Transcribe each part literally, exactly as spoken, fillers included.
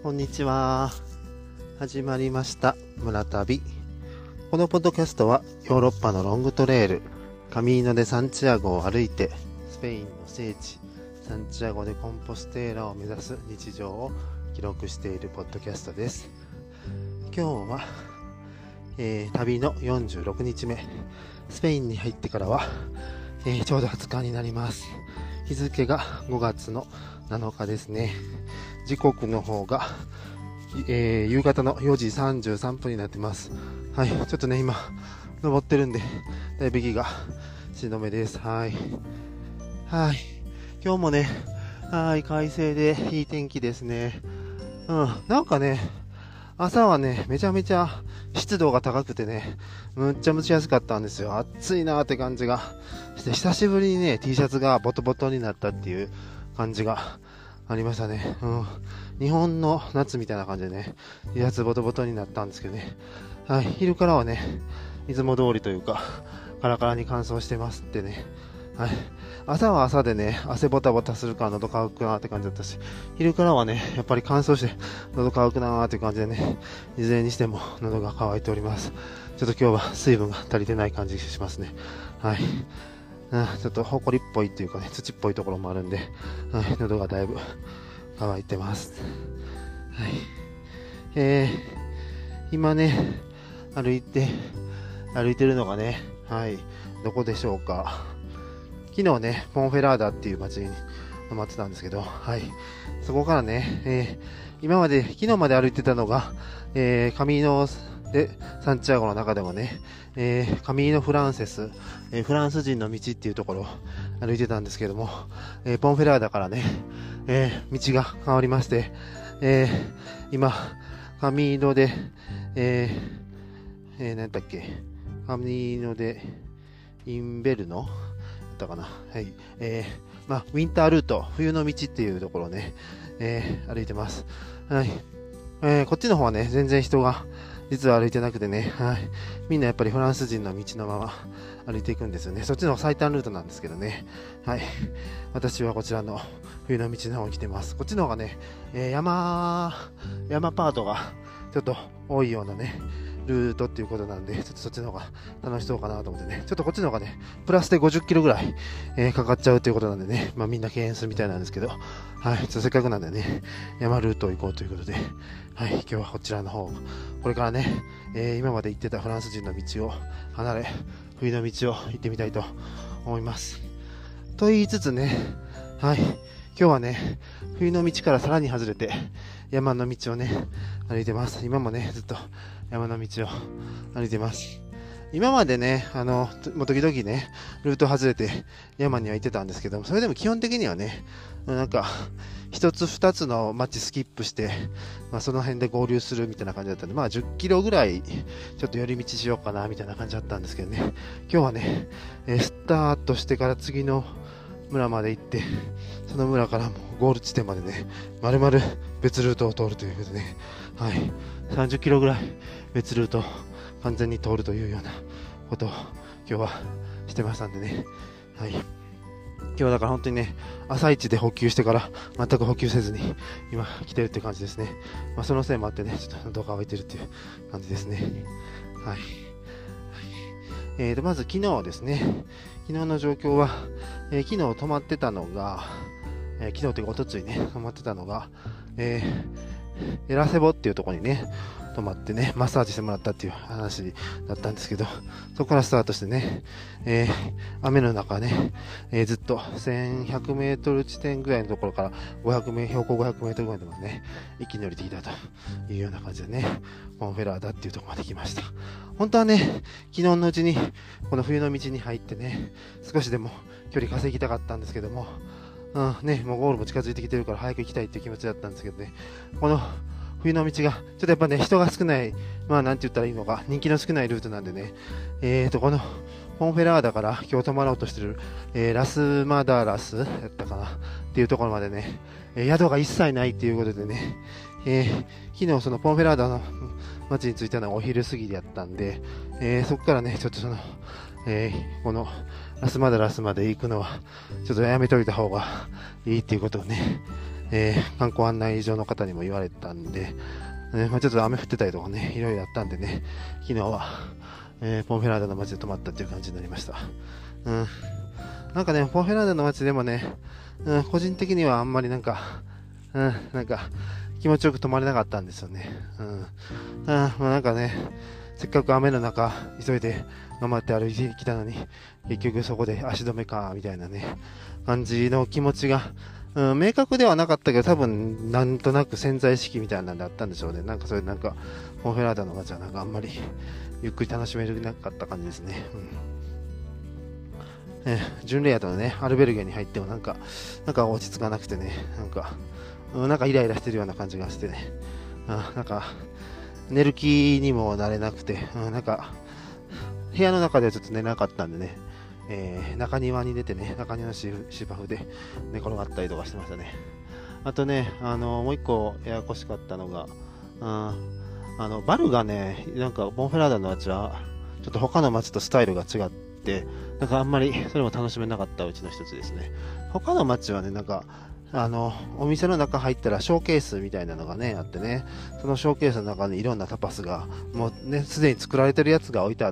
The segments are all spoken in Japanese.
こんにちは。始まりました村旅。このポッドキャストはヨーロッパのロングトレイルカミーノ・デ・サンチアゴを歩いてスペインの聖地サンチアゴ・デ・コンポステーラを目指す日常を記録しているポッドキャストです。今日は、えー、旅のよんじゅうろくにちめ、スペインに入ってからは、えー、ちょうどはつかになります。日付がごがつのなのかですね。時刻の方が、えー、夕方のよじさんじゅうさんぷんになってます。はい、ちょっとね今登ってるんでだいぶ息がしんどめです。はいはい、今日もね、はい、快晴でいい天気ですね。うん、なんかね朝はねめちゃめちゃ湿度が高くてね、むっちゃ蒸しやすかったんですよ。暑いなーって感じがして、久しぶりにね T シャツがボトボトになったっていう感じがありましたね。うん、日本の夏みたいな感じでね T シャツボトボトになったんですけどね。はい、昼からはねいつも通りというかカラカラに乾燥してますってね。はい、朝は朝でね汗ボタボタするから喉乾くなーって感じだったし、昼からはねやっぱり乾燥して喉乾くなーっていう感じでね、いずれにしても喉が渇いております。ちょっと今日は水分が足りてない感じがしますね。はい、うん、ちょっとほこりっぽいっていうかね土っぽいところもあるんで、はい、喉がだいぶ乾いてます。はい、えー、今ね歩いて歩いてるのがね、はい、どこでしょうか。昨日ねポンフェラーダっていう街に泊まってたんですけど、はい、そこからね、えー、今まで昨日まで歩いてたのが、えー、カミーノでサンチアゴの中でもね、えー、カミーノ・フランセス、えー、フランス人の道っていうところを歩いてたんですけども、えー、ポンフェラーダからね、えー、道が変わりまして、えー、今カミーノで、えーえー、何だっけカミーノでインベルノだったかな、はい、えーまあ、ウィンタールート冬の道っていうところをね、えー、歩いてます。はい、えー、こっちの方はね全然人が実は歩いてなくてね、はい、みんなやっぱりフランス人の道のまま歩いていくんですよね。そっちの最短ルートなんですけどね。はい、私はこちらの冬の道の方に来てます。こっちの方がね、えー、山山パートがちょっと多いようなねルートっていうことなんで、ちょっとそっちの方が楽しそうかなと思ってね、ちょっとこっちの方がねプラスでごじゅっキロぐらい、えー、かかっちゃうということなんでね、まあみんな敬遠するみたいなんですけど、はい、ちょっとせっかくなんでね山ルートを行こうということで、はい、今日はこちらの方これからね、えー、今まで行ってたフランス人の道を離れ冬の道を行ってみたいと思います。と言いつつね、はい、今日はね冬の道からさらに外れて山の道をね歩いてます。今もねずっと山の道を歩いてます。今までねあのもう時々ねルート外れて山には行ってたんですけども、それでも基本的にはねなんか一つ二つの街スキップして、まあ、その辺で合流するみたいな感じだったんで、まあじゅっキロぐらいちょっと寄り道しようかなみたいな感じだったんですけどね、今日はねスタートしてから次の村まで行って、その村からもゴール地点までねまるまる別ルートを通るということでね、はい、さんじゅっキロぐらい別ルートを完全に通るというようなことを今日はしてましたんでね、はい、今日はだから本当にね朝一で補給してから全く補給せずに今来てるって感じですね。まあ、そのせいもあってねちょっと喉が渇いてるっていう感じですね。はい、えーとまず昨日ですね、昨日の状況は、えー、昨日泊まってたのが、えー、昨日というかおとついね泊まってたのが、えー、エラセボっていうところにね泊まってねマッサージしてもらったっていう話だったんですけど、そこからスタートしてね、えー、雨の中ね、えー、ずっとせんひゃくメートル地点ぐらいのところからごひゃくメ標高ごひゃくメートルぐらいのところまでね一気に降りてきたというような感じでね、ポンフェラーダっていうところまで来ました。本当はね昨日のうちにこの冬の道に入ってね少しでも距離稼ぎたかったんですけども、うんね、もうゴールも近づいてきてるから早く行きたいっていう気持ちだったんですけどね、この冬の道がちょっとやっぱね人が少ない、まあなんて言ったらいいのか人気の少ないルートなんでね、えーとこのポンフェラーダから今日泊まろうとしてる、えー、ラスマダラスやったかなっていうところまでね、えー、宿が一切ないっていうことでね、えー、昨日そのポンフェラーダの町に着いたのはお昼過ぎでやったんで、えー、そこからねちょっとその、えー、このラスマダラスまで行くのはちょっとやめといた方がいいっていうことをね、ええー、観光案内所の方にも言われたんで、えーまあ、ちょっと雨降ってたりとかね、いろいろあったんでね、昨日は、えー、ポンフェラーダの街で泊まったっていう感じになりました。うん。なんかね、ポンフェラーダの街でもね、うん、個人的にはあんまりなんか、うん、なんか、気持ちよく泊まれなかったんですよね。うん。うん、まあ、なんかね、せっかく雨の中、急いで頑張って歩いてきたのに、結局そこで足止めか、みたいなね、感じの気持ちが、うん、明確ではなかったけど、多分、なんとなく潜在意識みたいなんであったんでしょうね。なんかそれなんか、ポンフェラーダの街はなんかあんまり、ゆっくり楽しめなかった感じですね。うん。えー、巡礼宿のね、アルベルゲに入ってもなんか、なんか落ち着かなくてね、なんか、うん、なんかイライラしてるような感じがしてね、うん、なんか、寝る気にもなれなくて、うん、なんか、部屋の中ではちょっと寝なかったんでね、えー、中庭に出てね、中庭の芝生で寝転がったりとかしてましたね。あとね、あの、もう一個ややこしかったのが、うん、あの、バルがね、なんか、ボンフェラーダの街は、ちょっと他の街とスタイルが違って、なんかあんまりそれも楽しめなかったうちの一つですね。他の街はね、なんか、あの、お店の中入ったらショーケースみたいなのがね、あってね、そのショーケースの中にいろんなタパスが、もうね、すでに作られてるやつが置いてあって、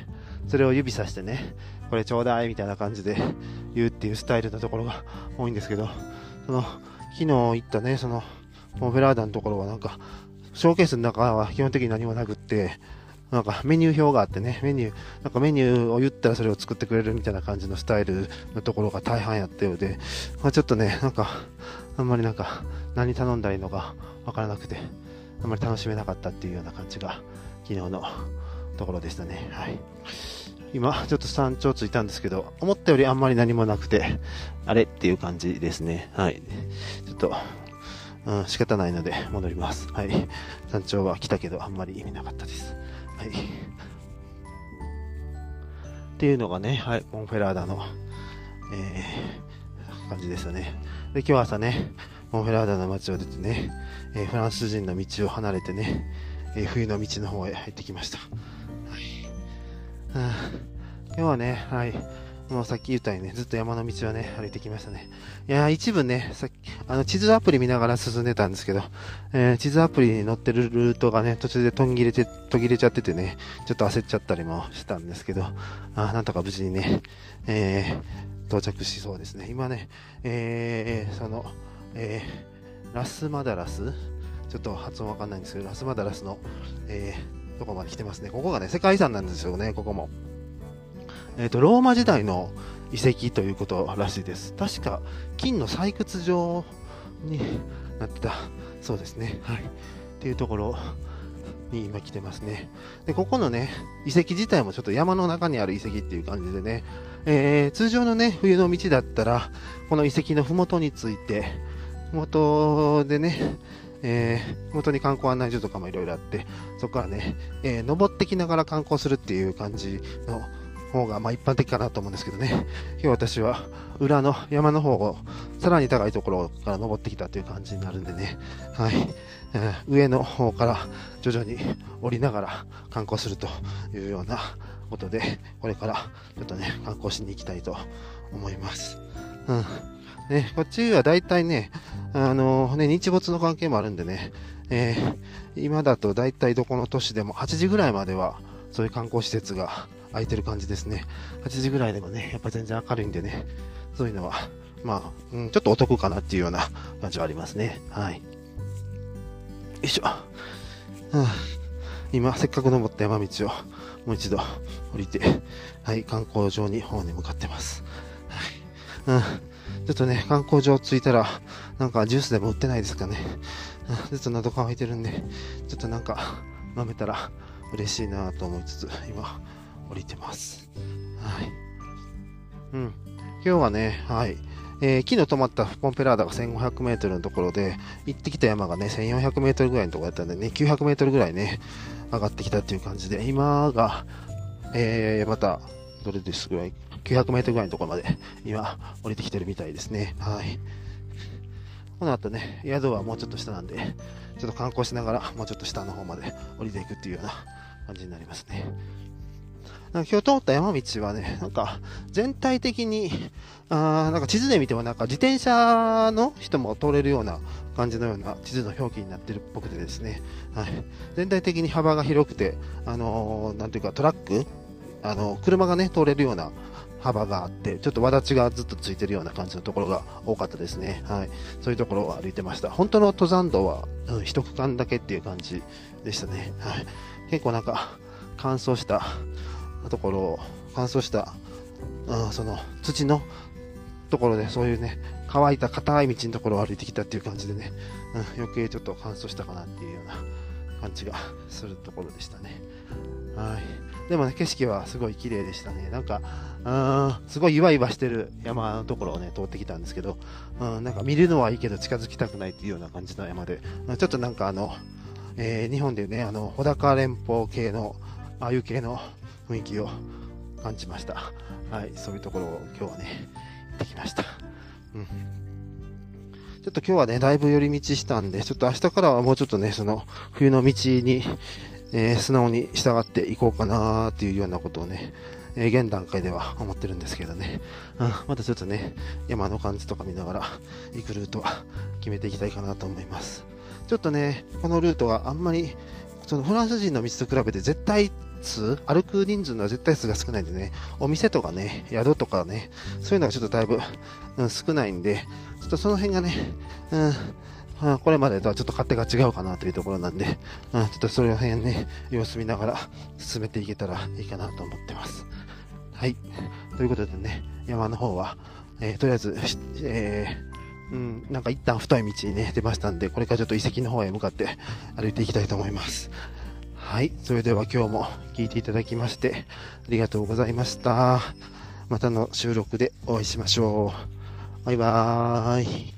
それを指さしてね、これちょうだいみたいな感じで言うっていうスタイルのところが多いんですけど、その、昨日行ったね、その、ポンフェラーダのところはなんか、ショーケースの中は基本的に何もなくって、なんかメニュー表があってね、メニュー、なんかメニューを言ったらそれを作ってくれるみたいな感じのスタイルのところが大半やったようで、まあ、ちょっとね、なんか、あんまりなんか、何頼んだらいいのかわからなくて、あんまり楽しめなかったっていうような感じが、昨日のところでしたね。はい。今、ちょっと山頂着いたんですけど、思ったよりあんまり何もなくて、あれっていう感じですね。はい。ちょっと、うん、仕方ないので戻ります。はい。山頂は来たけど、あんまり意味なかったです。はい。っていうのがね、はい、ボンフェラーダの、えー、感じでしたね。で、今日朝ね、ボンフェラーダの街を出てね、えー、フランス人の道を離れてね、えー、冬の道の方へ入ってきました。はい。はあ、今日はね、はい、もうさっき言ったようにね、ずっと山の道はね、歩いてきましたね。いやー、一部ね、さっき、あの、地図アプリ見ながら進んでたんですけど、えー、地図アプリに載ってるルートがね、途中で途切れて、途切れちゃっててね、ちょっと焦っちゃったりもしたんですけど、あなんとか無事にね、えー、到着しそうですね。今ね、えー、その、えー、ラスマダラスちょっと発音わかんないんですけど、ラスマダラスの、えー、とこまで来てますね。ここがね、世界遺産なんですよね、ここも。えっと、ローマ時代の遺跡ということらしいです。確か、金の採掘場になってたそうですね。はい。っていうところに今来てますね。で、ここのね、遺跡自体もちょっと山の中にある遺跡っていう感じでね、えー、通常のね、冬の道だったら、この遺跡のふもとについて、ふもとでね、えー、ふもとに観光案内所とかもいろいろあって、そこからね、えー、登ってきながら観光するっていう感じの方がまあ一般的かなと思うんですけどね。今日私は裏の山の方をさらに高いところから登ってきたという感じになるんでね。はい。えー、上の方から徐々に降りながら観光するというようなことで、これからちょっとね、観光しに行きたいと思います。うん。ね、こっちはだいたいね、あのー、ね、日没の関係もあるんでね、えー、今だとだいたいどこの都市でもはちじぐらいまではそういう観光施設が空いてる感じですね。はちじぐらいでもね、やっぱ全然明るいんでね、そういうのは、まあ、うん、ちょっとお得かなっていうような感じはありますね。はい。よいしょ。うん、今、せっかく登った山道をもう一度降りて、はい、観光場に方に向かってます。はい。うん、ちょっとね、観光場着いたら、なんかジュースでも売ってないですかね。うん、ずっと喉乾いてるんで、ちょっとなんか飲めたら嬉しいなと思いつつ、今、降りてます。はい。うん。今日はね、はい。えー、昨日泊まったポンペラーダがせんごひゃくメートルのところで、行ってきた山がね、せんよんひゃくメートルぐらいのところだったんでね、きゅうひゃくメートルぐらいね、上がってきたっていう感じで、今が、えー、また、どれですぐらい、きゅうひゃくメートルぐらいのところまで、今、降りてきてるみたいですね。はい。この後ね、宿はもうちょっと下なんで、ちょっと観光しながら、もうちょっと下の方まで降りていくっていうような感じになりますね。 なんか今日通った山道はね、なんか全体的に、あーなんか地図で見てもなんか自転車の人も通れるような感じのような地図の表記になってるっぽくてですね、はい、全体的に幅が広くて、あのー、なんていうかトラック、あのー、車がね、通れるような幅があって、ちょっとわだちがずっとついてるような感じのところが多かったですね。はい。そういうところを歩いてました。本当の登山道は、うん、一区間だけっていう感じでしたね。はい。結構なんか、乾燥したところを、乾燥した、うん、その土のところで、そういうね、乾いた硬い道のところを歩いてきたっていう感じでね、うん、余計ちょっと乾燥したかなっていうような感じがするところでしたね。はい。でもね、景色はすごい綺麗でしたね。なんか、うん、すごい岩々してる山のところをね、通ってきたんですけど、うん、なんか見るのはいいけど近づきたくないっていうような感じの山で、ちょっとなんかあの、えー、日本でね、あの、穂高連峰系の、ああいう系の雰囲気を感じました。はい、そういうところを今日はね、行ってきました。うん。ちょっと今日はね、だいぶ寄り道したんで、ちょっと明日からはもうちょっとね、その、冬の道に、えー、素直に従っていこうかなーっていうようなことをね、えー、現段階では思ってるんですけどね、うん、またちょっとね、山の感じとか見ながら行くルートは決めていきたいかなと思います。ちょっとね、このルートがあんまり、そのフランス人の道と比べて絶対数、歩く人数の絶対数が少ないんでね、お店とかね、宿とかね、そういうのがちょっとだいぶ、うん、少ないんで、ちょっとその辺がね、うんあこれまでとはちょっと勝手が違うかなというところなんで、うん、ちょっとその辺ね、様子見ながら進めていけたらいいかなと思ってます。はい。ということでね、山の方は、えー、とりあえず、えー、うん、なんか一旦太い道にね、出ましたんで、これからちょっと遺跡の方へ向かって歩いていきたいと思います。はい。それでは今日も聞いていただきまして、ありがとうございました。またの収録でお会いしましょう。バイバーイ。